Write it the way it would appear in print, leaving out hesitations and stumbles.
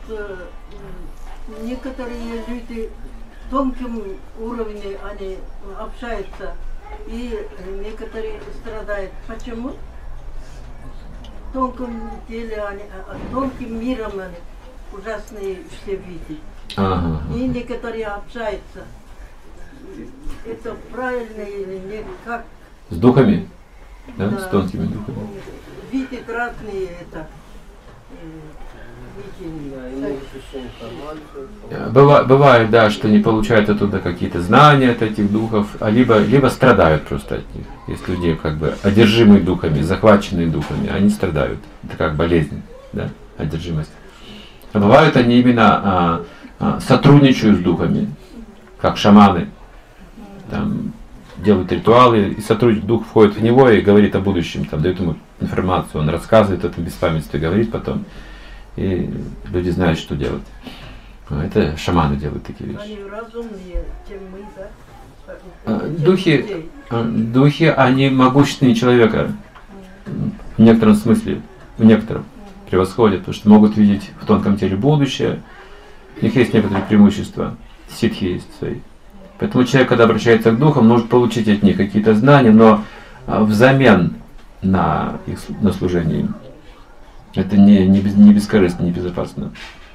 некоторые люди в тонком уровне они общаются, и некоторые страдают. Почему? В тонком деле они, тонким миром они ужасные все видят. Ага. И некоторые общаются. Это правильно или нет? Как? С духами? Да? Да. С тонкими духами. Видят разные это. Бывает, да, что не получают оттуда какие-то знания от этих духов, а либо страдают просто от них. Есть люди, как бы одержимые духами, захваченные духами, они страдают. Это как болезнь, да, одержимость. А бывают они именно сотрудничают с духами, как шаманы. Там делают ритуалы, и дух входит в него и говорит о будущем, там, дает ему информацию, он рассказывает о этом беспамятстве, говорит потом. И люди знают, что делать. Это шаманы делают такие вещи. Они разумнее, чем мы, да? Духи, они могущественнее человека. В некотором смысле, превосходят, потому что могут видеть в тонком теле будущее. У них есть некоторые преимущества. Ситхи есть свои. Поэтому человек, когда обращается к духам, может получить от них какие-то знания, но взамен на служение им. Это не бескорыстно, не безопасно.